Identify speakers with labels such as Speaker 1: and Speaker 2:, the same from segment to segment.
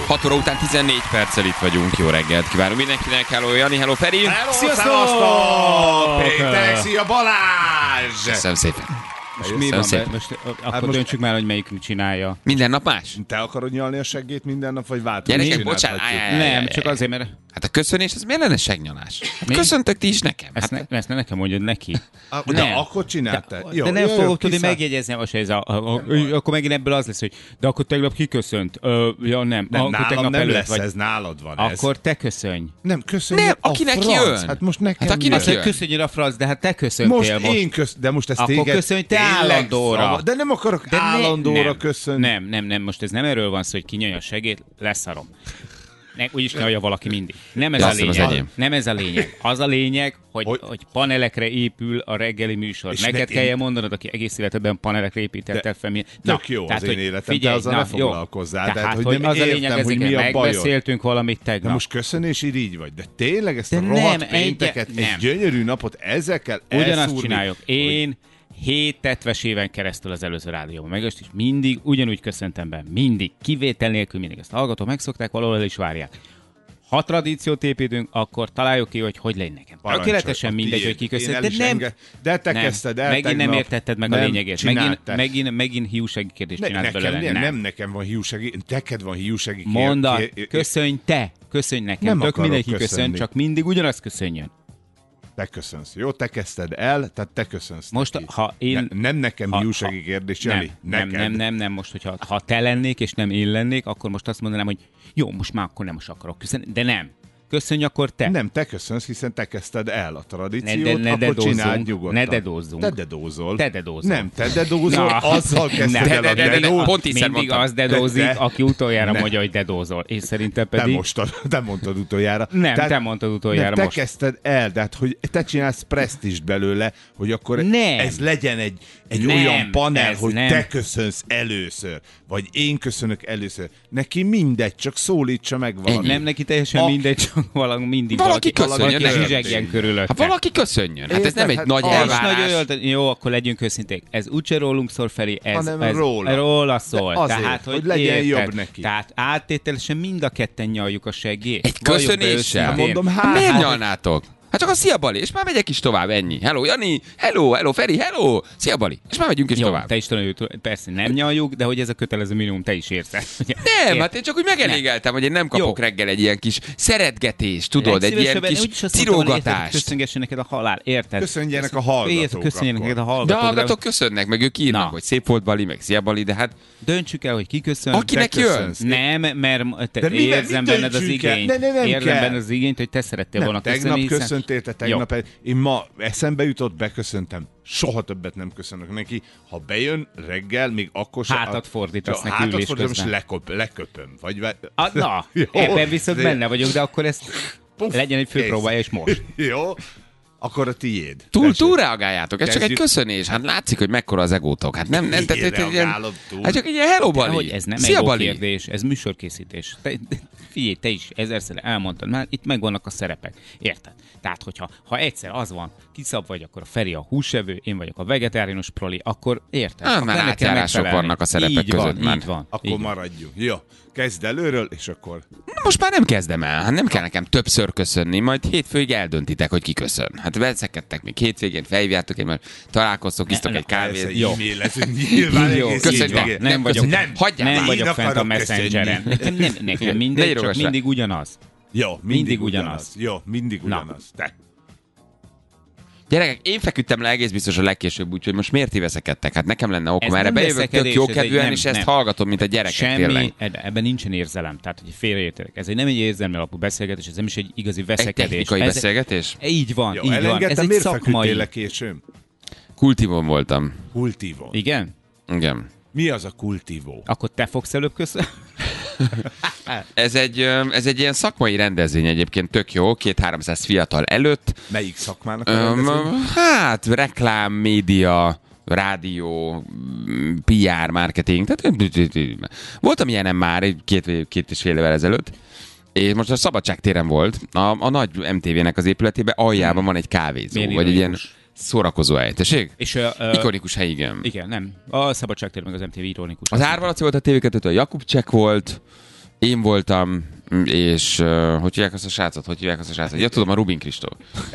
Speaker 1: 6 óra után 14 perccel itt vagyunk. Jó reggelt kívánunk mindenkinek. Hello Jani, hello Feri.
Speaker 2: Hello,
Speaker 3: Sziasztok!
Speaker 2: Péter, szia Balázs!
Speaker 1: Köszönöm szépen.
Speaker 3: Most mi van? Akkor döntsük már, hogy melyikünk csinálja.
Speaker 1: Minden nap más?
Speaker 2: Te akarod nyalni a seggét minden nap, vagy váltani?
Speaker 1: Gyerekek, bocsánat.
Speaker 3: Nem, csak azért, mert...
Speaker 1: Hát a köszönés, ez miért lenne segnyalás? Hát köszöntök ti is nekem.
Speaker 3: Ezt ne nekem mondjad neki.
Speaker 2: De akkor csináltad.
Speaker 3: De nem fogok tudni megjegyezni, akkor megint ebből az lesz, hogy de akkor tegnap kiköszönt. Ja nem,
Speaker 2: Nem,
Speaker 3: akkor
Speaker 2: nálam
Speaker 3: tegnap
Speaker 2: nem
Speaker 3: előtt
Speaker 2: lesz
Speaker 3: vagy.
Speaker 2: ez, nálad van ez.
Speaker 3: Akkor te köszönj.
Speaker 2: Nem, köszönjön
Speaker 1: Nem,
Speaker 2: a
Speaker 1: akinek
Speaker 2: franc.
Speaker 1: jön.
Speaker 2: Hát most nekem
Speaker 1: Hát akinek
Speaker 2: jön.
Speaker 1: jön.
Speaker 3: Köszönjön a franc, de hát te köszöntél most.
Speaker 2: De most ezt
Speaker 3: Akkor
Speaker 2: téged
Speaker 3: köszönj te
Speaker 2: tényleg
Speaker 3: állandóra.
Speaker 2: De nem akarok állandóra köszönni.
Speaker 3: Nem, most ez nem erről van szó, hogy kinyalja a segét, leszarom. Úgyis nyalja valaki mindig. Nem ez a lényeg. Nem ez a lényeg. Az a lényeg, hogy panelekre épül a reggeli műsor. Neked kelljen mondanod, aki egész életedben panelekre építettel fel.
Speaker 2: Tök jó az én életem, te azzal ne foglalkozzál.
Speaker 3: Tehát, hogy az a lényeg, ezeket megbeszéltünk valamit tegnap.
Speaker 2: De most köszönés így vagy. De tényleg ezt a rohadt pénteket, egy gyönyörű napot ezekkel elszúrni.
Speaker 3: Ugyanazt csináljuk. Én 7 tetves éven keresztül az előző rádióban meg, és mindig ugyanúgy köszöntem be. Mindig. Kivétel nélkül mindig. Ezt hallgatók megszokták, valahol el is várják. Ha tradíciót építünk, akkor találjuk ki, hogy legyen nekem. Tökéletesen mindegy, hogy kiköszönt. De nem.
Speaker 2: De te kezdted el.
Speaker 3: Megint nem értetted meg a lényegét. Megint hiúsági kérdést csinált belőle.
Speaker 2: Nem nekem van hiúsági, neked van hiúsági kérdés.
Speaker 3: Mondd, köszönj te, köszönj nekem. Tök mindenki köszön, csak mindig ugyanazt köszönjön.
Speaker 2: Te köszönsz. Jó, te kezdted el, tehát te köszönsz.
Speaker 3: Most,
Speaker 2: neki.
Speaker 3: ha én...
Speaker 2: Nem nekem hiúsági kérdés, Jani.
Speaker 3: Nem. Most, ha te lennék, és nem én lennék, akkor most azt mondanám, hogy jó, most már akkor nem most akarok köszönni. De nem. Köszönj akkor te.
Speaker 2: Nem, te köszönsz, hiszen te kezdted el a tradíciót, akkor csináld nyugodtan.
Speaker 3: Ne dedózzunk.
Speaker 2: Te dedózol.
Speaker 3: Te dedózol.
Speaker 2: Nem, te dedózol, azzal kezdted el a dedót.
Speaker 3: Mindig az dedózik, aki utoljára mondja, hogy dedózol. És szerintem pedig...
Speaker 2: Te mondtad utoljára.
Speaker 3: Nem, te mondtad utoljára most.
Speaker 2: Te kezdted el, de hát, hogy te csinálsz presztízst belőle, hogy akkor ez legyen egy olyan panel, hogy te köszönsz először, vagy én köszönök először. Neki mindegy, csak szólítsa meg valaki.
Speaker 3: Nem neki teljesen mindegy, csak valaki
Speaker 1: köszönjön.
Speaker 3: zsizsegjen körülötte.
Speaker 1: Hát valaki köszönjön. Hát ez nem egy nagy elvárás.
Speaker 3: Jó, akkor legyünk őszinték. Ez úgyse rólunk szól, Feri, ez róla szól.
Speaker 2: Azért,
Speaker 3: tehát,
Speaker 2: hogy legyen jobb neki.
Speaker 3: Tehát áttételesen mind a ketten nyaljuk a seggét.
Speaker 1: Egy köszönéssel?
Speaker 2: Mondom,
Speaker 1: miért nyalnátok? Hát csak a szia Bali, és már megyek is tovább, ennyi. Hello Jani, hello Feri, hello, szia Bali, és már megyünk is tovább.
Speaker 3: Te is tanuljuk, persze nem nyaljuk, de hogy ez a kötelező minimum, te is érzed.
Speaker 1: Nem, hát én csak úgy megelégeltem, hogy én nem kapok reggel egy ilyen kis szeretgetést, tudod, egy ilyen kis cirógatást.
Speaker 3: Köszöngessen neked a halál, érted?
Speaker 2: Köszönjenek a hallgatók.
Speaker 3: Köszönjenek neked a hallgatók.
Speaker 1: De a hallgatók köszönnek, meg ők írnak, hogy szép volt Bali, meg szia Bali, de hát...
Speaker 3: Döntsük el, hogy ki köszön.
Speaker 1: Akinek jön.
Speaker 3: Nem, mert érzem benned az igényt. Érzem benned az igényt, hogy te szerettél volna köszönni.
Speaker 2: Tegnap én ma eszembe jutott, beköszöntem, soha többet nem köszönök neki. Ha bejön reggel, még akkor sem...
Speaker 3: Hátat fordítasz neki ülés közben.
Speaker 2: Most leköpöm.
Speaker 3: Na, ebben viszont benne vagyok, de akkor ezt legyen egy főpróbája, és most.
Speaker 2: Jó. Akkor a tiéd.
Speaker 1: Túl reagáljátok, ez csak egy köszönés. Hát látszik, hogy mekkora az egótok. Hát nem hát csak egy ilyen hello Bali.
Speaker 3: Hogy ez nem ego kérdés, ez műsorkészítés. Figyelj, te is ezerszer elmondtad, már itt megvannak a szerepek. Érted? Tehát, ha egyszer az van, kiszab vagy, akkor a Feri a húsevő, én vagyok a vegetáriánus proli, akkor érted?
Speaker 1: Már átjárások vannak a szerepek között.
Speaker 3: Így van.
Speaker 2: Akkor maradjunk. Jó. Kezd előről, és akkor...
Speaker 1: Most már nem kezdem el. Hát nem kell nekem többször köszönni, majd hétfőig eldöntitek, hogy ki köszön. Hát veszekedtek még hétvégén, felhívjátok, mert találkoztok, isztok egy kávét.
Speaker 2: Jó. Nyilván
Speaker 1: köszönjük.
Speaker 3: Nem vagyok fent a Messengeren. Nekem mindegy, csak mindig ugyanaz.
Speaker 2: Jó, mindig ugyanaz. Jó, mindig ugyanaz. Te.
Speaker 1: Gyerekek, én feküdtem le egész biztos a legkésőbb, úgyhogy most miért ti veszekedtek? Hát nekem lenne okom, erre bejövök tök jókedvűen, és ezt hallgatom, mint a gyerekek tényleg.
Speaker 3: Ebben nincsen érzelem, tehát hogy félreértelek. Ez nem egy érzelmi alapú beszélgetés, ez nem is egy igazi veszekedés.
Speaker 1: Egy technikai beszélgetés?
Speaker 3: Így van, így van. Ez egy szakmai.
Speaker 2: Le későn?
Speaker 1: Kultívon voltam.
Speaker 2: Kultívon.
Speaker 3: Igen?
Speaker 1: Igen.
Speaker 2: Mi az a kultívó?
Speaker 3: Akkor te fogsz előbb köszönni?
Speaker 1: Ez egy ilyen szakmai rendezvény egyébként, tök jó, 200-300 fiatal előtt.
Speaker 2: Melyik szakmának a rendezvény?
Speaker 1: Hát reklám, média, rádió, PR, marketing. Tehát voltam ilyenem már két és fél évvel ezelőtt. És most a Szabadságtéren volt, a nagy MTV-nek az épületében aljában van egy kávézó, vagy egy ilyen szórakozó hely. Tessék? Ikonikus hely, igen.
Speaker 3: Igen, nem. A Szabadságtér meg az MTV ironikus.
Speaker 1: Az Árva Laci volt a TV2-től, a Jakub Csek volt, Én voltam, és hogy hívják azt a srácot? Ja, tudom, a Rubin Kristóf.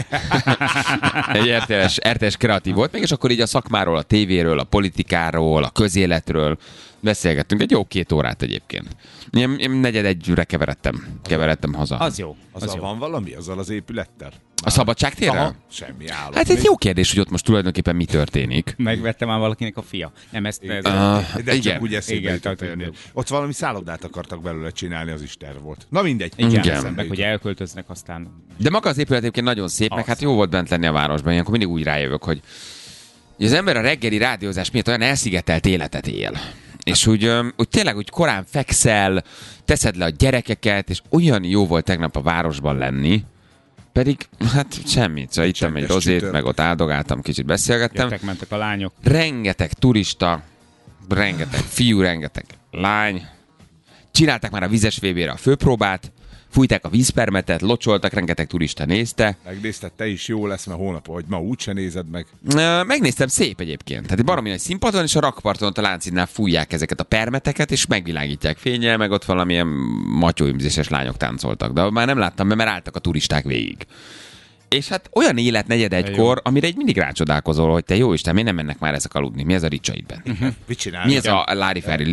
Speaker 1: Egy RTS kreatív volt még, és akkor így a szakmáról, a tévéről, a politikáról, a közéletről beszélgettünk. Egy jó 2 órát egyébként. Én 4:45-re keveredtem haza.
Speaker 3: Az jó.
Speaker 2: Azzal van valami? Azzal az épülettel?
Speaker 1: A Szabadságtérrel?
Speaker 2: Semmi állat.
Speaker 1: Hát egy jó kérdés, hogy ott most tulajdonképpen mi történik.
Speaker 3: Megvettem már valakinek a fia. Nem ezt...
Speaker 2: De
Speaker 1: igen.
Speaker 2: csak úgy eszébe jutott jönni. Ott valami szállodát akartak belőle csinálni, az is terv volt. Na mindegy.
Speaker 1: Igen.
Speaker 3: Meg hogy elköltöznek aztán...
Speaker 1: De maga az épület egyébként nagyon szép, meg hát jó volt bent lenni a városban. Ilyenkor mindig úgy rájövök, hogy az ember a reggeli rádiózás miatt olyan elszigetelt életet él. És úgy tényleg úgy korán fekszel, teszed le a gyerekeket, és olyan jó volt tegnap a városban lenni, pedig hát semmit. Szóval ittem egy rozét, meg ott áldogáltam, kicsit beszélgettem.
Speaker 3: Mentek a lányok.
Speaker 1: Rengeteg turista, rengeteg fiú, rengeteg lány. Csinálták már a vizes VB-re a főpróbát, fújták a vízpermetet, locsoltak, rengeteg turista nézte.
Speaker 2: Megnézted, te is jó lesz, mert hónap, hogy ma úgyse nézed meg.
Speaker 1: Megnéztem, szép egyébként. Tehát egy baromi nagy színpadon, és a rakparton ott a Lánchídnál fújják ezeket a permeteket, és megvilágítják fénnyel, meg ott valamilyen matyóimzéses lányok táncoltak. De már nem láttam be, mert álltak a turisták végig. És hát olyan élet 4:45-kor, amire egy mindig rácsodálkozol, hogy te jó Isten, miért nem mennek már ezek aludni? Mi ez a ricsaidben? Mi ez a Lári Ferri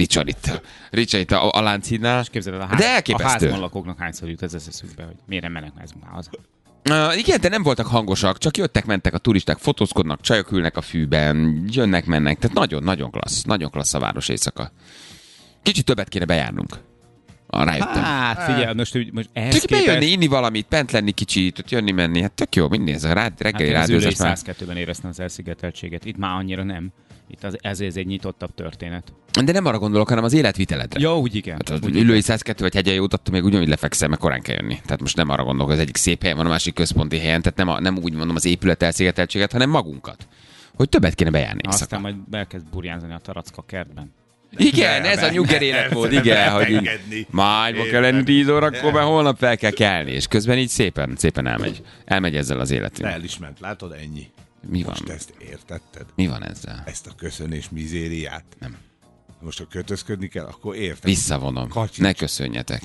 Speaker 1: Ricsaid a Lánchídnál?
Speaker 3: És képzeld,
Speaker 1: a
Speaker 3: házban lakóknak hányszor jut ez eszükbe, hogy miért nem mennek már haza?
Speaker 1: Igen, de nem voltak hangosak, csak jöttek-mentek a turisták, fotózkodnak, csajok ülnek a fűben, jönnek-mennek, tehát nagyon klassz a város éjszaka. Kicsit többet kéne bejárnunk. Rájöttem.
Speaker 3: Hát figyelj, most ehhez
Speaker 1: csak képest... bejönni, inni valamit, bent lenni kicsit, ott jönni-menni, hát tök jó, mindig ez a reggeli rádiózás
Speaker 3: már. 102-ben éreztem az elszigeteltséget, itt már annyira nem. Itt ez egy nyitottabb történet.
Speaker 1: De nem arra gondolok, hanem az életviteledre.
Speaker 3: Jó, úgy igen.
Speaker 1: Hát az ülői 102 vagy Hegyalja út, attól még ugyanúgy lefekszem, mert korán kell jönni. Tehát most nem arra gondolok, hogy az egyik szép helyen van, a másik központi helyen, tehát nem úgy mondom az épület elszigeteltséget, hanem magunkat. Hogy többet kéne bejárni.
Speaker 3: Aztán majd elkezd burjánzani a Taracka kertben.
Speaker 1: Igen, ez a nyugger élet volt, igen, hogy májba kell lenni 10 órakor, mert holnap fel kell kelni, és közben így szépen elmegy ezzel az életünk.
Speaker 2: El is ment, látod, ennyi.
Speaker 1: Mi van?
Speaker 2: Most ezt értetted?
Speaker 1: Mi van ezzel?
Speaker 2: Ezt a köszönés mizériát?
Speaker 1: Nem.
Speaker 2: Most ha kötözködni kell, akkor érted.
Speaker 1: Visszavonom. Ne köszönjetek.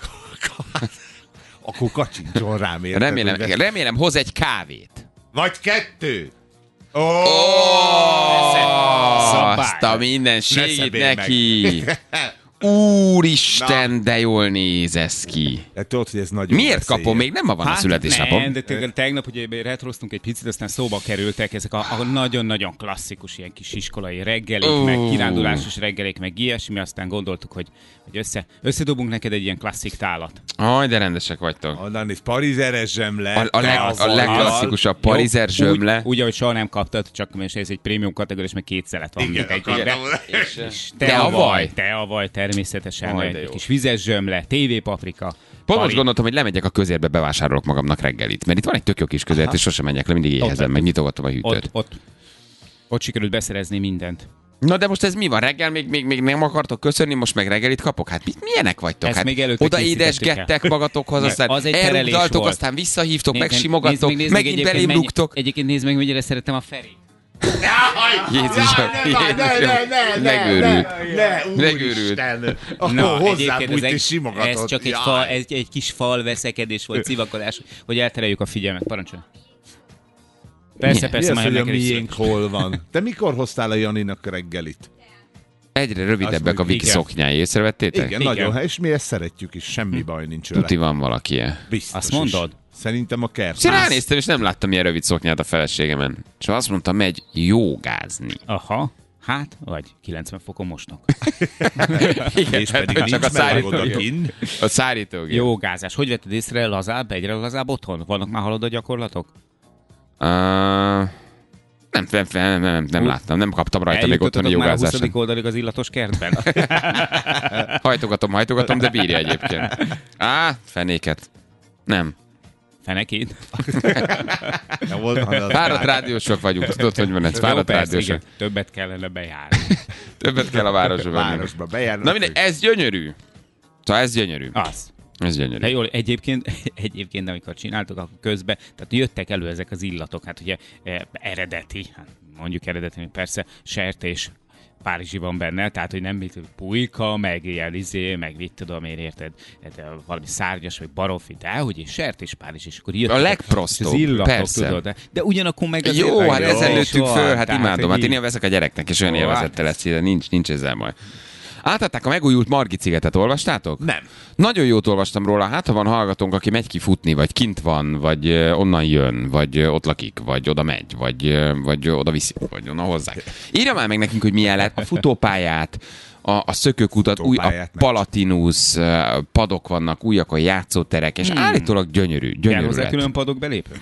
Speaker 2: Akkor kacsincson rám, érted?
Speaker 1: Remélem hoz egy kávét.
Speaker 2: Vagy 2.
Speaker 1: Azt a mindenségét neki. Úristen, de jól néz ez ki.
Speaker 2: Tudod, hogy ez nagyon
Speaker 1: miért
Speaker 2: veszélyes.
Speaker 1: kapom? Még nem ma van a születésnapom.
Speaker 3: Nem, de tegnap ugye retroztunk egy picit, aztán szóba kerültek ezek a nagyon-nagyon klasszikus ilyen kis iskolai reggelik, meg kirándulásos reggelik, meg ilyesmi, aztán gondoltuk, hogy összedobunk neked egy ilyen klasszik tálat.
Speaker 1: Aj, de rendesek vagytok.
Speaker 2: Onnan is parizeres zsemle.
Speaker 1: A legklasszikusabb parizer zsömle.
Speaker 3: Úgy, ahogy soha nem kaptad, csak most ez egy prémium kategóriás, meg 2 szelet van. Te a vaj, természetesen. Egy kis vizes zsömle, tévépaprika.
Speaker 1: Pont most gondoltam, hogy lemegyek a közérbe, bevásárolok magamnak reggelit. Mert itt van egy tök jó kis közért, és sosem menjek le, mindig éhezem, meg nyitogatom a hűtőt.
Speaker 3: Ott sikerült beszerezni mindent.
Speaker 1: Na de most ez mi van? Reggel még nem akartok köszönni, most meg reggelit kapok? Hát milyenek vagytok?
Speaker 3: Ezt
Speaker 1: hát
Speaker 3: még
Speaker 1: oda édesgettek magatokhoz, aztán elrugdaltok, aztán visszahívtok, megsimogattok, megint belém rúgtok.
Speaker 3: Egyébként nézd meg, mennyire szeretem a Feri.
Speaker 1: Jézusom, megőrült.
Speaker 2: Megőrült.
Speaker 3: Na, egyébként ez csak egy kis fal veszekedés volt, civakodás, hogy eltereljük a figyelmet. Parancsolj. Persze,
Speaker 2: majd hogy a miénk hol van. Te mikor hoztál a Janinak reggelit?
Speaker 1: Egyre rövidebbek a Viki szoknyái, észrevettétek?
Speaker 2: Igen, nagyon, és mi ezt szeretjük is, semmi baj nincs vele.
Speaker 1: Tuti van valaki -e.
Speaker 2: Biztos.
Speaker 3: Azt mondod?
Speaker 2: Szerintem a kert.
Speaker 1: Én ránéztem, és nem láttam ilyen rövid szoknyát a feleségemen. És azt mondtam, megy jogázni.
Speaker 3: Aha. Hát, vagy 90 fokon mosnak.
Speaker 2: Igen, és pedig csak
Speaker 1: a szárítógép.
Speaker 3: Jogázás. Hogy vetted észre lazább, egyre lazább otthon? Vannak már haladó gyakorlatok?
Speaker 1: Nem láttam, nem kaptam rajta még otthoni jogázást.
Speaker 3: Már a 20. oldalig az illatos kertben?
Speaker 1: hajtogatom, de bírja egyébként. Fenéket. Nem.
Speaker 3: Fenekét?
Speaker 1: Fáradt rádiósok vagyunk, tudod, hogy van ez? Fáradt rádiósok.
Speaker 3: Többet kellene bejárni.
Speaker 1: Többet kell a városba
Speaker 2: bejárni.
Speaker 1: Na mindegy, ez gyönyörű. Szóval ez gyönyörű.
Speaker 3: Az.
Speaker 1: Ez gyönyörű.
Speaker 3: De jól, egyébként amikor csináltuk, akkor közben, tehát jöttek elő ezek az illatok, hát ugye eredeti, mondjuk eredeti, persze, sertés, párizsi van benne, tehát hogy nem mit pulyka, meg ilyen meg mit tudom én, érted, valami szárnyas, vagy baromfi, de hogy és sertés Párizs, és akkor írtak.
Speaker 1: A legprostóbb, persze.
Speaker 3: Tudod, de ugyanakkor meg az
Speaker 1: jó, hát ezen nőttük föl, hát imádom, hát én veszek a gyereknek, és olyan élvezette lesz, de nincs ezzel baj. Átadták a megújult Margit szigetet, olvastátok?
Speaker 2: Nem.
Speaker 1: Nagyon jót olvastam róla, hát ha van hallgatónk, aki megy ki futni, vagy kint van, vagy onnan jön, vagy ott lakik, vagy oda megy, vagy oda viszi, vagy onnan hozzák. Írja már meg nekünk, hogy milyen lett a futópályát, a szökőkutat, új, a Palatinus, padok vannak, újak a játszóterek, és állítólag gyönyörű
Speaker 3: kell hozzá
Speaker 1: lett.
Speaker 3: Külön padok belépő?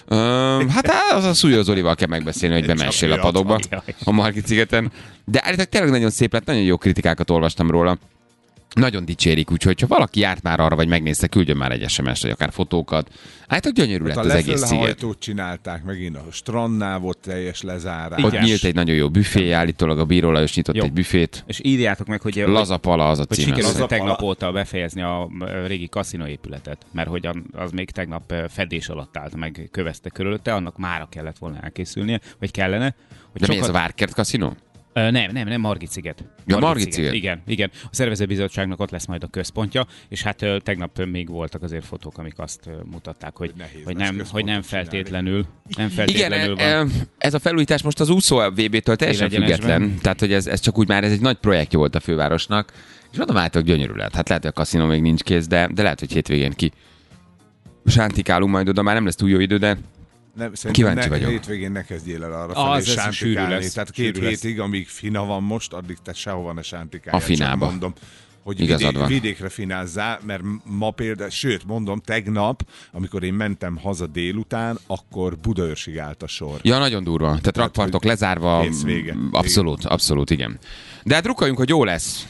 Speaker 1: Hát az a Szújó Zolival kell megbeszélni, hogy bemesél a padokba a Margit szigeten. De állítólag tényleg nagyon szép lett, nagyon jó kritikákat olvastam róla. Nagyon dicsérik, úgyhogy ha valaki járt már arra, vagy megnézte, küldjön már egy SMS-t, vagy akár fotókat. Hát gyönyörű lett az egész sziget.
Speaker 2: A csinálták megint, a strandnál volt teljes lezárás.
Speaker 1: Ott nyílt egy nagyon jó büfé, állítólag a Bíró Lajos nyitott egy büfét.
Speaker 3: És írjátok meg, hogy
Speaker 1: Lazapala az a cím.
Speaker 3: Hogy sikerült tegnap óta befejezni a régi kaszinóépületet, mert hogy az még tegnap fedés alatt állt, meg kövezte körülötte, annak mára kellett volna elkészülnie, vagy kellene.
Speaker 1: Hogy de mi ez a Várkert kaszinó?
Speaker 3: Nem, Margit sziget.
Speaker 1: Ja, Margit sziget.
Speaker 3: Igen. A szervezőbizottságnak ott lesz majd a központja, és hát tegnap még voltak azért fotók, amik azt mutatták, hogy nem feltétlenül
Speaker 1: igen,
Speaker 3: van.
Speaker 1: Ez a felújítás most az úszó VB-től teljesen független. Tehát, hogy ez csak úgy már ez egy nagy projektje volt a fővárosnak, és mondom, általában gyönyörű lett. Hát lehet, hogy a kaszinó még nincs kész, de lehet, hogy hétvégén ki sántikálunk majd oda, már nem lesz túl jó idő, de
Speaker 2: nem,
Speaker 1: kíváncsi vagyok.
Speaker 2: Hétvégén ne kezdjél el arra felé sántikálni. Tehát 2 hétig, amíg fina van most, addig te sehova ne sántikálj.
Speaker 1: A finába.
Speaker 2: Mondom, hogy vidékre finázzál, mert ma például, sőt mondom, tegnap, amikor én mentem haza délután, akkor Budaörsig állt a sor.
Speaker 1: Ja, nagyon durva. Tehát rakpartok lezárva.
Speaker 2: Vége.
Speaker 1: Abszolút, igen. De hát drukkoljunk, hogy jó lesz.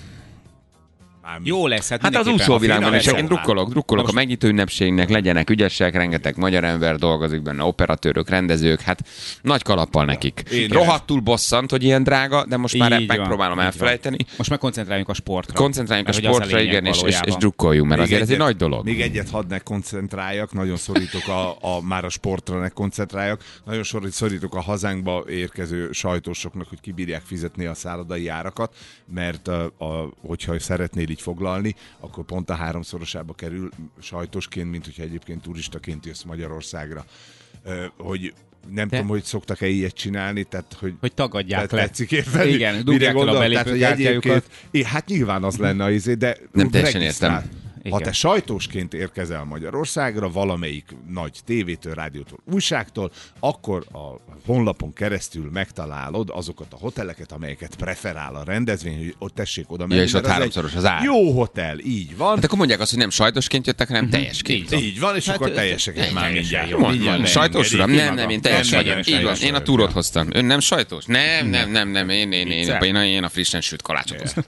Speaker 3: Jó lesz,
Speaker 1: hát az úszóvilágban is. Én drukkolok a megnyitó ünnepségnek, legyenek ügyesek, rengeteg magyar ember dolgozik benne, operatőrök, rendezők, hát nagy kalappal nekik. Rohadtul bosszant, hogy ilyen drága, de most már megpróbálom elfelejteni.
Speaker 3: Most meg koncentráljunk a sportra.
Speaker 1: Koncentráljunk a sportra, igen, és drukkoljunk, mert azért ez egy nagy dolog.
Speaker 2: Még egyet hadd ne koncentráljak, nagyon szorítok már a sportra ne koncentráljak, nagyon szorítok a hazánkba érkező sajtósoknak, hogy kibírják fizetni a szállodai árakat, mert hogyha szeretnél így foglalni, akkor pont a 3-szorosába kerül sajtosként, mint hogyha egyébként turistaként jössz Magyarországra. Hogy nem tudom, hogy szoktak-e ilyet csinálni, tehát hogy
Speaker 3: tagadják le.
Speaker 2: Tetszik érteni?
Speaker 3: Igen, dugják el a belépőkártyájukat.
Speaker 2: Hát nyilván az lenne az izé, de
Speaker 1: nem teljesen értem.
Speaker 2: Ha te sajtósként érkezel Magyarországra, valamelyik nagy tévétől, rádiótól, újságtól, akkor a honlapon keresztül megtalálod azokat a hoteleket, amelyeket preferál a rendezvény, hogy ott tessék oda menni.
Speaker 1: Ja, és ott 3-szoros az ár.
Speaker 2: Jó hotel, így van.
Speaker 1: Hát akkor mondják azt, hogy nem sajtosként jöttek, hanem teljesként.
Speaker 2: Így van, és hát akkor teljeseket már mindjárt jó.
Speaker 1: Sajtós uram? Nem, én teljes vagyok. Így van, én a túrót hoztam. Ön nem sajtós? Nem, én a frissen sült kalácsot hoztam.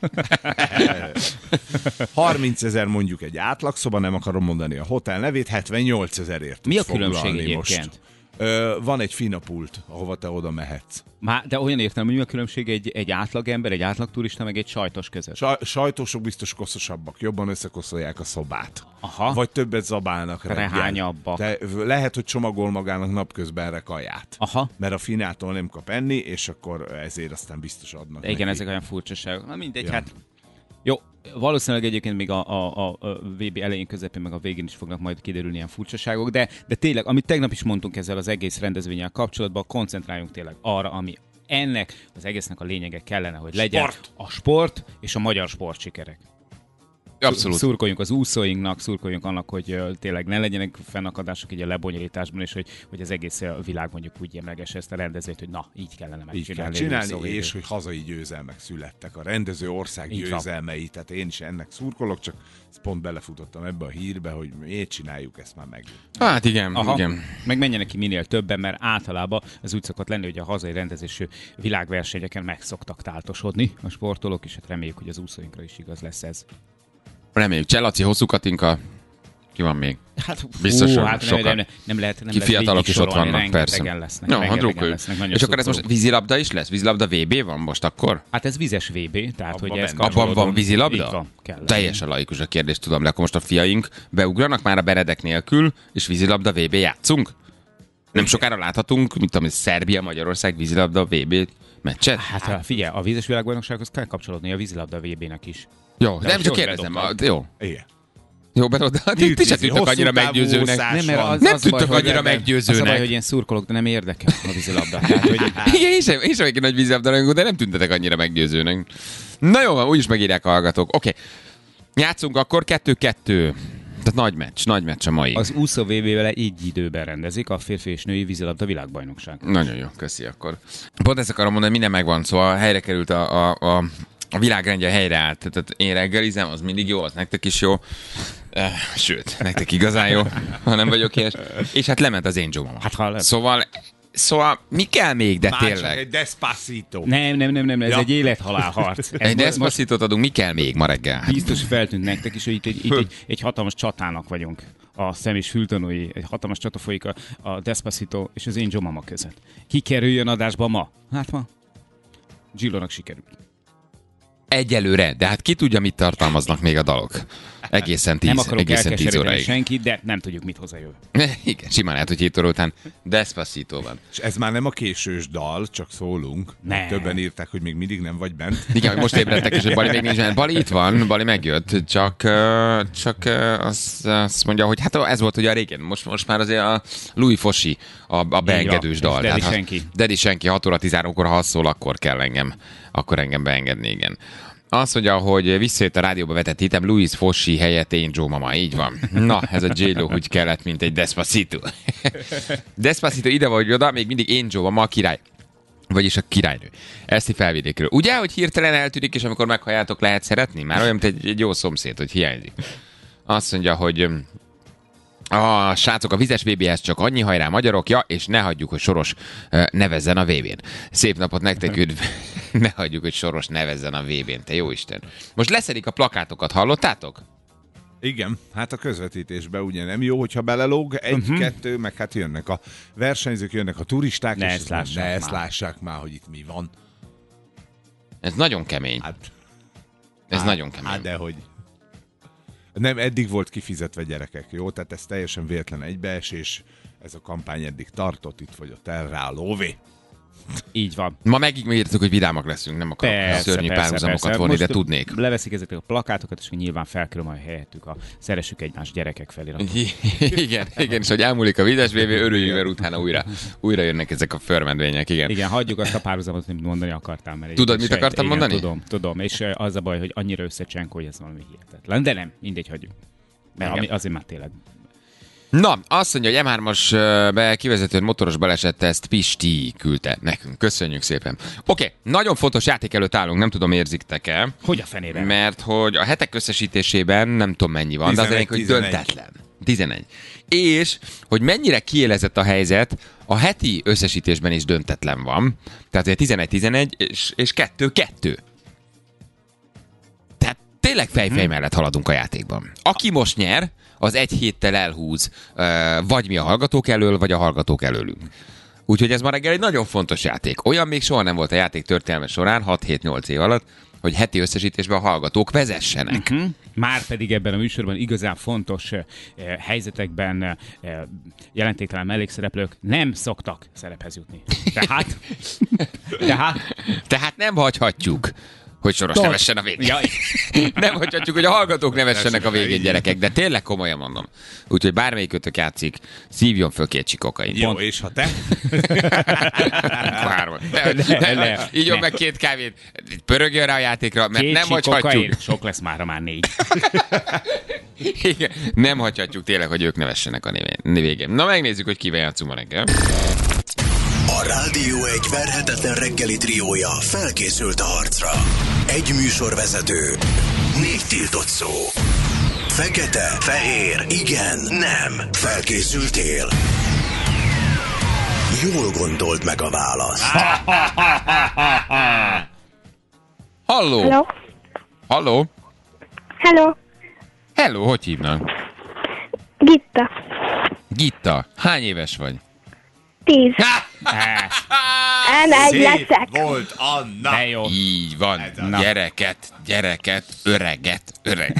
Speaker 2: 30 000 mondjuk egy átlagszoba, nem akarom mondani a hotel nevét, 78 000-ért.
Speaker 3: Mi a különbség egyébként?
Speaker 2: Van egy finapult, ahova te oda mehetsz.
Speaker 3: De olyan értem, hogy mi a különbség egy átlagember, egy átlagturista, meg egy sajtos között?
Speaker 2: Sajtósok biztos koszosabbak, jobban összekoszolják a szobát.
Speaker 3: Aha.
Speaker 2: Vagy többet zabálnak reggel.
Speaker 3: Rehányabbak.
Speaker 2: De lehet, hogy csomagol magának napközben kaját.
Speaker 3: Aha.
Speaker 2: Mert a finától nem kap enni, és akkor ezért aztán biztos adnak.
Speaker 3: De igen,
Speaker 2: neki.
Speaker 3: ezek olyan furcsaságok. Na mindegy, hát jó, valószínűleg egyébként még a VB elején, közepén, meg a végén is fognak majd kiderülni ilyen furcsaságok, de tényleg, amit tegnap is mondtunk ezzel az egész rendezvénnyel kapcsolatban, koncentráljunk tényleg arra, ami ennek az egésznek a lényege kellene, hogy legyen a sport és a magyar sportsikerek.
Speaker 1: Abszolút.
Speaker 3: Szurkoljunk az úszóinknak, szurkoljunk annak, hogy tényleg ne legyenek fennakadások így a lebonyolításban, és hogy az egész világ mondjuk úgy emlegesse ezt a rendezvényt, hogy na, így kellene megcsinálni.
Speaker 2: Így kell csinálni, és hogy hazai győzelmek születtek. A rendező ország így győzelmei, tehát én is ennek szurkolok, csak pont belefutottam ebbe a hírbe, hogy miért csináljuk ezt már meg.
Speaker 1: Hát igen.
Speaker 3: Meg menjenek ki minél többen, mert általában az úgy szokott lenni, hogy a hazai rendezésű világversenyeken meg szoktak táltosodni a sportolók, és hát reméljük, hogy az úszóinkra is igaz lesz ez.
Speaker 1: Reméljük. Cseh-Laci, hosszú Katinka, ki van még? Hát, biztosan sokan.
Speaker 3: Nem lehet
Speaker 1: fiatalok is ott vannak, persze.
Speaker 3: Lesznek,
Speaker 1: és akkor ez most vízilabda is lesz? Vízilabda VB van most akkor?
Speaker 3: Hát ez vizes VB, tehát hogy ez
Speaker 1: abban van vízilabda?
Speaker 3: Van,
Speaker 1: teljesen laikus a kérdés, tudom, de akkor most a fiaink beugranak már a beredek nélkül, és vízilabda VB játszunk? Nem sokára láthatunk, mint tudom, Szerbia, Magyarország vízilabda VB meccset?
Speaker 3: Hát figyelj, a vízes világbajnoksághoz kell kapcsolódni a vízilabda VB-nek is.
Speaker 1: Jó, de nem csak kérdezem. Jó.
Speaker 2: Igen.
Speaker 1: Jó, de ti se tűntek annyira meggyőzőnek. Nem tűntek annyira meggyőzőnek.
Speaker 3: Az a baj, hogy én szurkolok, de nem érdekel a vízilabda. Hát, hogy...
Speaker 1: Igen, én sem egy nagy vízilabda rajongó, de nem tűntetek annyira meggyőzőnek. Na jó, úgyis megírják a hallgatók. Oké. Játszunk akkor 2-2. Tehát nagy meccs a mai.
Speaker 3: Az úszó VB-vel egy időben rendezik a férfi és női vízilabda világbajnokság.
Speaker 1: Nagyon jó, köszi akkor. Pont ezt akarom mondani, minden megvan, szóval helyre került a világrendje, helyre állt. Tehát én reggelizem, az mindig jó, az nektek is jó. Sőt, nektek igazán jó, ha nem vagyok ilyes. És hát lement az én Joe Mama. Szóval mi kell még, de
Speaker 2: már
Speaker 1: tényleg?
Speaker 2: Csak egy Despacito.
Speaker 3: Nem, ez egy élet-halál harc.
Speaker 1: Egy Despacitót adunk, mi kell még ma reggel?
Speaker 3: Biztos feltűnt nektek is, hogy itt egy hatalmas csatának vagyunk. A szem és fültanúi, egy hatalmas csata folyik a Despacito és az én Joe Mama között. Ki kerüljön adásba ma? Hát ma Gillónak sikerült.
Speaker 1: Egyelőre, de hát ki tudja, mit tartalmaznak még a dalok. Egészen 10 óráig.
Speaker 3: Nem akarok elkeseríteni senkit, de nem tudjuk, mit hozzájövő.
Speaker 1: Igen, simán lehet, hogy 7 óra után Despacito van.
Speaker 2: És ez már nem a késős dal, csak szólunk.
Speaker 3: Ne.
Speaker 2: Többen írták, hogy még mindig nem vagy bent.
Speaker 1: Igen, hogy most ébredtek, és hogy Bali még nincs bent. Bali itt van, Bali megjött, csak azt mondja, hogy hát ez volt ugye a régen. Most már azért a Louis Fossi, a beengedős dal. Daddy Senki 6 óra 13-kor, ha szól, akkor kell engem beengedni, igen. Azt mondja, hogy visszajött a rádióba vetett hitem, Louis Fossi helyett én Joe Mama, így van. Na, ez a J-Lo úgy kellett, mint egy Despacito. Despacito ide vagy oda, még mindig én Joe Mama a király. Vagyis a királynő. Eszti Felvidékről. Ugye, hogy hirtelen eltűnik, és amikor meghalljátok, lehet szeretni? Már olyan, mint egy jó szomszéd, hogy hiányzik. Azt mondja, hogy srácok, a vizes VB-hez csak annyi, hajrá magyarok, ja, és ne hagyjuk, hogy Soros nevezzen a VB-n. Szép napot nektek, üdv. Ne hagyjuk, hogy Soros nevezzen a VB-n, te jóisten. Most leszedik a plakátokat, hallottátok?
Speaker 2: Igen, hát a közvetítésben ugye nem jó, hogyha belelóg egy-kettő, meg hát jönnek a versenyzők, jönnek a turisták,
Speaker 3: ne
Speaker 2: és
Speaker 3: ezt
Speaker 2: lássák már, hogy itt mi van.
Speaker 1: Ez nagyon kemény. Nagyon kemény.
Speaker 2: Hát dehogy. Nem, eddig volt kifizetve, gyerekek, jó? Tehát ez teljesen véletlen egybeesés. Ez a kampány eddig tartott, itt vagyok el rá a lóvé.
Speaker 3: Így van.
Speaker 1: Ma megígértük, hogy vidámak leszünk, nem akarok szörnyű párhuzamokat vonni, de tudnék.
Speaker 3: Leveszik ezeket a plakátokat, és nyilván felkerül majd helyettük a szeressük egymás gyerekek feliratot.
Speaker 1: Igen, és hogy elmúlik a Vides VB, örüljünk, mert utána újra jönnek ezek a förmedvények, igen.
Speaker 3: Igen, hagyjuk azt a párhuzamot, amit mondani akartál. Mert
Speaker 1: tudod, mit akartam mondani?
Speaker 3: Tudom, és az a baj, hogy annyira összecsenk, hogy ez valami hihetetlen. De nem, mindegy, hagyjuk. Mert azért már tényleg.
Speaker 1: Na, azt mondja, hogy M3-as kivezetőn motoros balesetteszt Pisti küldte nekünk. Köszönjük szépen. Oké, nagyon fontos játék előtt állunk, nem tudom, érzitek-e.
Speaker 3: Hogy a fenében?
Speaker 1: Mert hogy a hetek összesítésében nem tudom mennyi van, 11, de az hogy döntetlen. 11. És hogy mennyire kiélezett a helyzet, a heti összesítésben is döntetlen van. Tehát 11-11 és 2-2. Tehát tényleg fejfej mellett haladunk a játékban. Aki most nyer, az egy héttel elhúz vagy mi a hallgatók elől, vagy a hallgatók előlünk. Úgyhogy ez ma reggel egy nagyon fontos játék. Olyan még soha nem volt a játék történelme során, 6-7-8 év alatt, hogy heti összesítésben a hallgatók vezessenek.
Speaker 3: Már pedig ebben a műsorban igazán fontos helyzetekben jelentéktelen mellékszereplők nem szoktak szerephez jutni.
Speaker 1: Tehát nem hagyhatjuk, hogy Soros nevessen a végén. Nem hagyhatjuk, hogy a hallgatók nevessenek a végén, gyerekek, de tényleg komolyan mondom. Úgyhogy bármelyikötök játszik, szívjon föl 2 csikokain.
Speaker 2: Jó, és ha te?
Speaker 1: 3. Így meg 2 kávét, pörögjön rá a játékra, mert
Speaker 3: 2
Speaker 1: nem hagyhatjuk.
Speaker 3: Sok lesz már 4.
Speaker 1: Igen, nem hagyhatjuk tényleg, hogy ők nevessenek a végén. Na, megnézzük, hogy kivel játszunk ma reggel.
Speaker 4: A Rádió egy verhetetlen reggeli triója felkészült a harcra. Egy műsorvezető, 4 tiltott szó. Fekete, fehér, igen, nem. Felkészültél? Jól gondold meg a választ.
Speaker 1: Halló!
Speaker 5: Hello.
Speaker 1: Halló!
Speaker 5: Hello.
Speaker 1: Hello, hogy hívnak?
Speaker 5: Gitta.
Speaker 1: Gitta, hány éves vagy?
Speaker 5: 10. Egy leszek.
Speaker 2: Volt, Anna.
Speaker 3: De jó.
Speaker 1: Így van. Gyereket, öreget.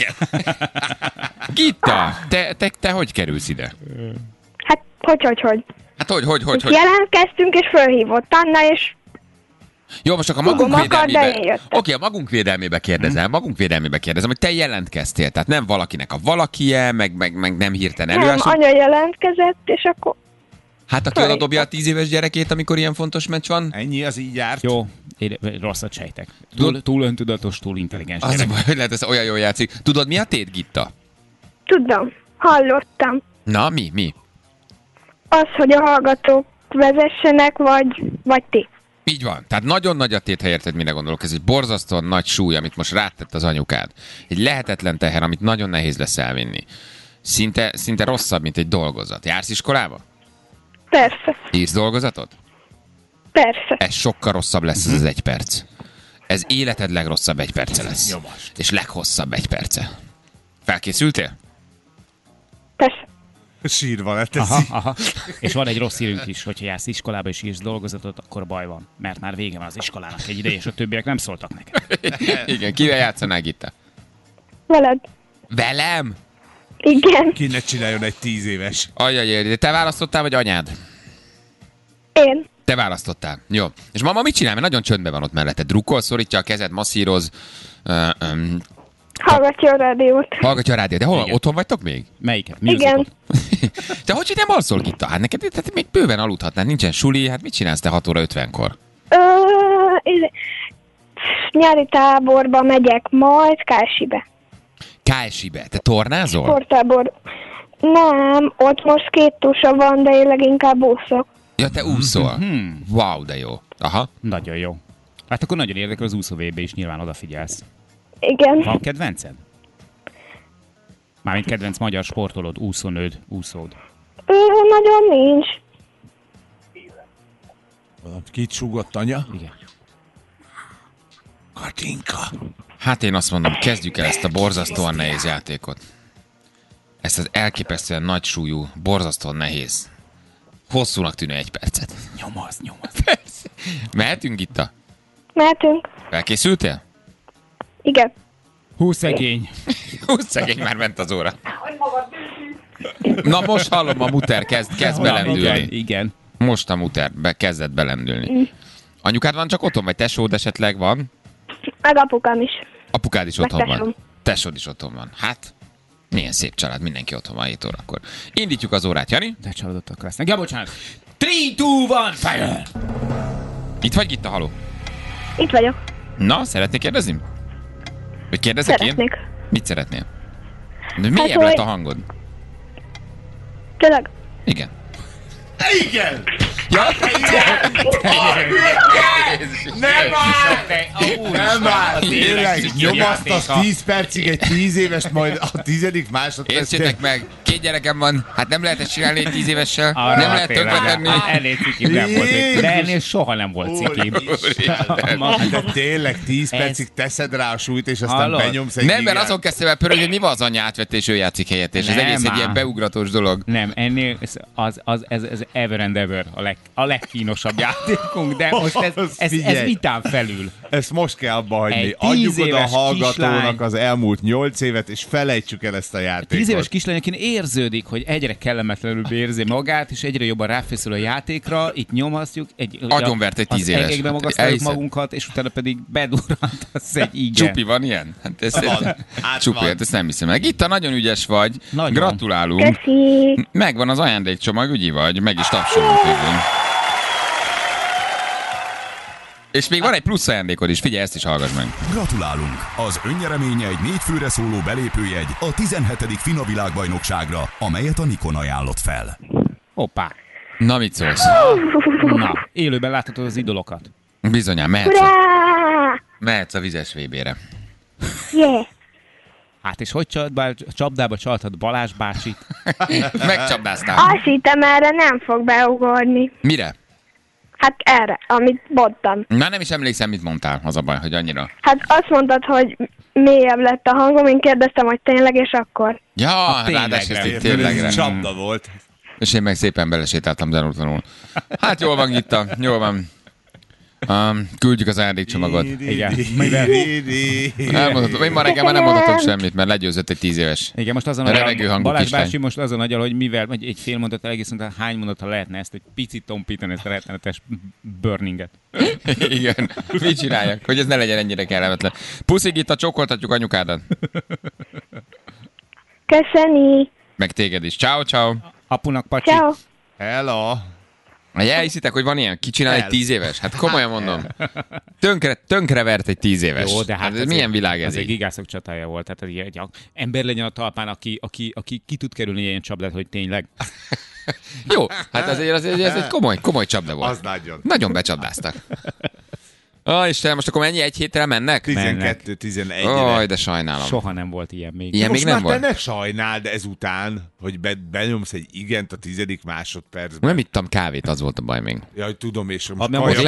Speaker 1: Gitta, te hogy kerülsz ide?
Speaker 5: Hát, hogy.
Speaker 1: Hát hogy?
Speaker 5: Jelentkeztünk, és fölhívott Anna, és
Speaker 1: Jó, most akkor a magunk védelmébe kérdezem, hogy te jelentkeztél, tehát nem valakinek a valakije, meg nem hirtelen előállás.
Speaker 5: Nem, anya jelentkezett, és akkor...
Speaker 1: Hát aki oda dobja a 10 éves gyerekét, amikor ilyen fontos meccs van?
Speaker 2: Ennyi, az így járt.
Speaker 3: Jó, én rosszat sejtek. Túl öntudatos, túl intelligens.
Speaker 1: Az baj, hogy lehet, ez olyan jól játszik. Tudod, mi a tét, Gitta?
Speaker 5: Tudom, hallottam.
Speaker 1: Na, mi?
Speaker 5: Az, hogy a hallgatók vezessenek, vagy ti.
Speaker 1: Így van. Tehát nagyon nagy a tét, ha érted, mire gondolok. Ez egy borzasztóan nagy súly, amit most rátett az anyukád. Egy lehetetlen teher, amit nagyon nehéz lesz elvinni. Szinte rosszabb, mint egy dolgozat. Jársz iskolába?
Speaker 5: Persze.
Speaker 1: Írsz dolgozatot?
Speaker 5: Persze.
Speaker 1: Ez sokkal rosszabb lesz ez az 1 perc. Ez életed legrosszabb 1 perce lesz.
Speaker 2: Nyomást.
Speaker 1: És leghosszabb 1 perce. Felkészültél?
Speaker 5: Persze.
Speaker 2: Sírva leteszi.
Speaker 3: Aha. És van egy rossz hírünk is, hogyha jársz iskolába és írsz dolgozatot, akkor baj van. Mert már vége van az iskolának egy ideje, és a többiek nem szóltak neked.
Speaker 1: Igen, kivel játszanál, Gitta?
Speaker 5: Veled.
Speaker 1: Velem?
Speaker 5: Igen.
Speaker 2: Ki ne csináljon egy 10 éves.
Speaker 1: Ajjaj, de te választottál, vagy anyád?
Speaker 5: Én.
Speaker 1: Te választottál. Jó. És mama mit csinál? Mert nagyon csöndben van ott mellette. Drukkol, szorítja a kezed, masszíroz.
Speaker 5: Hallgatja a rádiót.
Speaker 1: Hallgatja a rádiót. De hol?
Speaker 3: Igen.
Speaker 1: Otthon vagytok még?
Speaker 3: Melyiket?
Speaker 5: Igen.
Speaker 1: Te hogy nem alszol, Gitta? Hát neked tehát még bőven aludhatnál. Nincsen suli. Hát mit csinálsz te 6 óra 50-kor?
Speaker 5: Nyári táborba megyek majd KSI-be.
Speaker 1: KSI-be. Te tornázol?
Speaker 5: Sporttábor. Nem, ott most 2 tusa van, de én leginkább úszok.
Speaker 1: Ja, te úszol. Wow, de jó. Aha.
Speaker 3: Nagyon jó. Hát akkor nagyon érdekel az úszó VB is, nyilván odafigyelsz.
Speaker 5: Igen.
Speaker 3: Van kedvenced? Mármint kedvenc magyar sportolód, úszónőd, úszód.
Speaker 5: Nagyon nincs.
Speaker 2: Kit súgott anya?
Speaker 3: Igen.
Speaker 2: Katinka.
Speaker 1: Hát én azt mondom, kezdjük el ezt a borzasztóan nehéz játékot. Ezt az elképesztően nagy súlyú, borzasztóan nehéz, hosszúnak tűnő 1 percet.
Speaker 3: Nyomaz.
Speaker 1: Persze. Mehetünk, Gitta?
Speaker 5: Mehetünk.
Speaker 1: Felkészültél?
Speaker 5: Igen.
Speaker 3: Hú, szegény.
Speaker 1: Szegény, már ment az óra. Na most hallom, a muter kezd belendülni.
Speaker 3: Igen.
Speaker 1: Most a muter kezdett belendülni. Anyukád van csak otthon, vagy tesód esetleg van?
Speaker 5: Meg apukám is.
Speaker 1: Apukád is
Speaker 5: Meg
Speaker 1: otthon
Speaker 5: tesóm.
Speaker 1: van. Tesód is otthon van. Hát, milyen szép család, mindenki otthon van 7 órakor. Indítjuk az órát, Jani?
Speaker 3: De csalódottak lesznek. Ja, bocsánat. 3, 2, 1, fire!
Speaker 1: Itt vagy, Gitta, haló?
Speaker 5: Itt vagyok.
Speaker 1: Na, szeretnék kérdezni? Vagy kérdezek
Speaker 5: Szeretnék.
Speaker 1: én? Mit szeretnél? De mélyebb
Speaker 5: hogy-
Speaker 1: lett a hangod.
Speaker 5: Tényleg.
Speaker 1: Igen.
Speaker 2: Igen!
Speaker 1: Ja,
Speaker 2: Nem már! Tényleg,
Speaker 3: Tényleg,
Speaker 2: nyomasztasz
Speaker 3: játéka.
Speaker 2: 10 percig egy 10 évest, majd a 10. másodperc.
Speaker 1: értsétek meg, 2 gyerekem van, hát nem lehet ezt csinálni egy 10 évessel,
Speaker 3: Arra
Speaker 1: nem lehet
Speaker 3: tényleg,
Speaker 1: tönkretenni.
Speaker 3: ennél cikibb nem volt.
Speaker 2: Jézus!
Speaker 3: De ennél soha nem volt cikibb.
Speaker 2: De tényleg 10 percig teszed rá a súlyt, és aztán
Speaker 3: Hallod?
Speaker 2: benyomsz egy
Speaker 1: Nem, mert
Speaker 2: gigát.
Speaker 1: azon kezdtem el pörögni, hogy mi van az anya átvett, és ő játszik helyett, és ez
Speaker 3: Nem
Speaker 1: egész egy
Speaker 3: ám.
Speaker 1: ilyen beugratós dolog.
Speaker 3: Nem, ennél ez ever and ever a legkínosabb játékunk, de most ez
Speaker 2: Figyelj.
Speaker 3: vitán felül.
Speaker 2: Ezt most kell abba hagyni.
Speaker 3: Egy 10
Speaker 2: Adjuk oda a
Speaker 3: éves
Speaker 2: hallgatónak
Speaker 3: kislány.
Speaker 2: az elmúlt 8 évet, és felejtsük el ezt a játékot.
Speaker 3: 10 éves kislányoként érződik, hogy egyre kellemetlenül érzi magát, és egyre jobban ráfeszül a játékra, itt nyomasztjuk.
Speaker 1: Agyonvert egy 10 éves.
Speaker 3: Egekbe
Speaker 1: Hát
Speaker 3: magasztaljuk
Speaker 1: elhiszed.
Speaker 3: magunkat, és utána pedig bedurrant az egy igen.
Speaker 1: Csupi, van ilyen? Hát ez,
Speaker 2: Hát
Speaker 1: Csupi,
Speaker 2: van.
Speaker 1: hát ezt nem hiszem meg. Gitta, nagyon ügyes vagy.
Speaker 3: Nagyon.
Speaker 1: Gratulálunk.
Speaker 5: Köszi.
Speaker 1: Megvan az ajándékcsomag, ügyi vagy, meg is tapsolunk végül. És még van egy plusz ajándékod is, figyelj, ezt is hallgass meg.
Speaker 4: Gratulálunk! Az önnyereménye egy 4 főre szóló belépőjegy a 17. FINA világbajnokságra, amelyet a Nikon ajánlott fel.
Speaker 3: Hoppá.
Speaker 1: Na, mit szólsz?
Speaker 3: Na, élőben láthatod az idolokat.
Speaker 1: Bizonyán,
Speaker 5: Urá!
Speaker 1: mehetsz a vizes VB-re.
Speaker 5: Yeah.
Speaker 3: Hát és hogy csapdába csaltad Balázs bácsit?
Speaker 1: Megcsapdáztál.
Speaker 5: Azt hittem, erre nem fog beugorni.
Speaker 1: Mire?
Speaker 5: Hát erre, amit mondtam.
Speaker 1: Már nem is emlékszem, mit mondtál, az a baj, hogy annyira.
Speaker 5: Hát azt mondtad, hogy mélyebb lett a hangom, én kérdeztem, hogy tényleg, és akkor.
Speaker 1: Ja,
Speaker 3: ténylegre.
Speaker 1: ráadásul ezt így
Speaker 2: Ez
Speaker 1: ténylegre.
Speaker 2: csapda volt.
Speaker 1: És én meg szépen belesétáltam gyanútlanul. Hát jól van, Gitta, jól van. Küldjük az ajándékcsomagot.
Speaker 3: Igen.
Speaker 1: Elmondhatom. Én ma reggel már nem mondhatok semmit, mert legyőzött egy 10 éves.
Speaker 3: Igen, most azon a Balázs bácsi most azon agyal, hogy mivel egy fél mondat egész mondta, hány mondata lehetne ezt egy picit tompítani, ezt a rettenetes burninget.
Speaker 1: Igen. Mit csináljak? Hogy ez ne legyen ennyire kellemetlen. Puszig itt a csókoltatjuk anyukádat.
Speaker 5: Köszöni.
Speaker 1: Meg téged is. Ciao, ciao.
Speaker 3: Apunak pacsi.
Speaker 5: Ciao.
Speaker 2: Hello.
Speaker 1: Elhiszitek, hogy van ilyen? Ki csinál egy 10 éves? Hát komolyan mondom. Tönkrevert egy 10 éves.
Speaker 3: Jó, de hát
Speaker 1: milyen világ ez
Speaker 3: egy gigászok csatája volt. Tehát egy ember legyen a talpán, aki ki tud kerülni ilyen csapdát, hogy tényleg.
Speaker 1: Jó, hát azért ez egy komoly csapda volt.
Speaker 2: Az nagyon.
Speaker 1: Nagyon becsapdáztak. Istenem, most akkor mennyi egy hétre mennek?
Speaker 2: 12-11-re.
Speaker 1: De sajnálom.
Speaker 3: Soha nem volt ilyen még.
Speaker 1: Ilyen
Speaker 2: most
Speaker 1: még nem
Speaker 2: már
Speaker 1: volt.
Speaker 2: te ne sajnáld ezután, hogy benyomsz egy igent a 10. másodpercben.
Speaker 1: Nem ittam kávét, az volt a baj még.
Speaker 2: Jaj, tudom, és
Speaker 1: most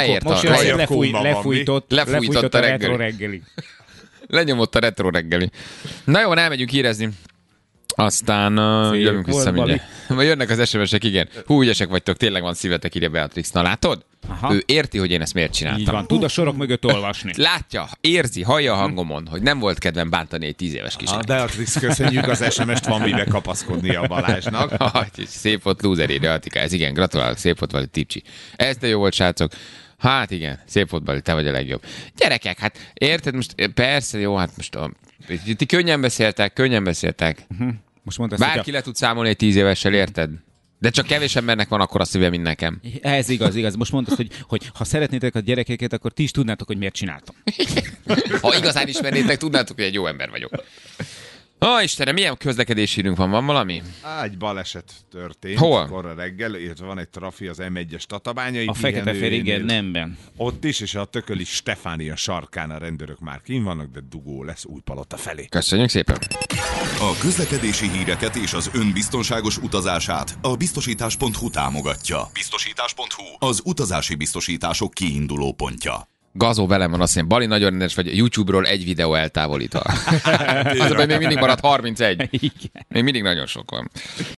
Speaker 3: lefújtott a retro reggeli.
Speaker 1: Lenyomott a retro reggeli. Na jó, elmegyünk hírezni. Aztán jövünk vissza mindjárt. Vagy jönnek az SMS-ek, igen. Hú, ügyesek vagytok, tényleg van szívetek, írja Beatrix. Na látod? Aha. Ő érti, hogy én ezt miért csináltam.
Speaker 3: Így van, tud a sorok mögött olvasni.
Speaker 1: Látja, érzi, hallja a hangomon, hogy nem volt kedvem bántani egy 10 éves kislányt.
Speaker 2: Beatrix, köszönjük az SMS-t, van mibe kapaszkodni a Balázsnak.
Speaker 1: Szép volt, lúzer írja Atika. Ez igen, gratulálok, szép volt Bali, tipcsi. Ez de jó volt, srácok. Hát igen, szép volt Bali, te vagy a legjobb. Gyerekek, hát érted, most persze, jó, hát most ti könnyen beszéltek.
Speaker 3: Most mondta,
Speaker 1: bárki le tud számolni egy 10 évessel, érted? De csak kevés embernek van akkor a szíve, mint nekem.
Speaker 3: Ez igaz. Most mondtad, hogy ha szeretnétek a gyerekeket, akkor ti is tudnátok, hogy miért csináltam.
Speaker 1: Ha igazán ismernétek, tudnátok, hogy egy jó ember vagyok. Istenem, milyen közlekedési hírünk van? Van valami?
Speaker 2: Egy baleset történt.
Speaker 1: Hol?
Speaker 2: Korra reggel, illetve van egy trafi az M1-es Tatabányai.
Speaker 3: A Fekete-Ferigen nemben.
Speaker 2: Ott is, és a Tököli Stefánia sarkán a rendőrök már kín vannak, de dugó lesz Újpalota felé.
Speaker 1: Köszönjük szépen.
Speaker 4: A közlekedési híreket és az ön biztonságos utazását a biztosítás.hu támogatja. Biztosítás.hu, az utazási biztosítások kiinduló pontja.
Speaker 1: Gazó velem van, azt mondja, Bali nagyon rendes vagy, YouTube-ról egy videó eltávolítva. Az, hogy még mindig maradt 31.
Speaker 3: Igen.
Speaker 1: Még mindig nagyon sok van.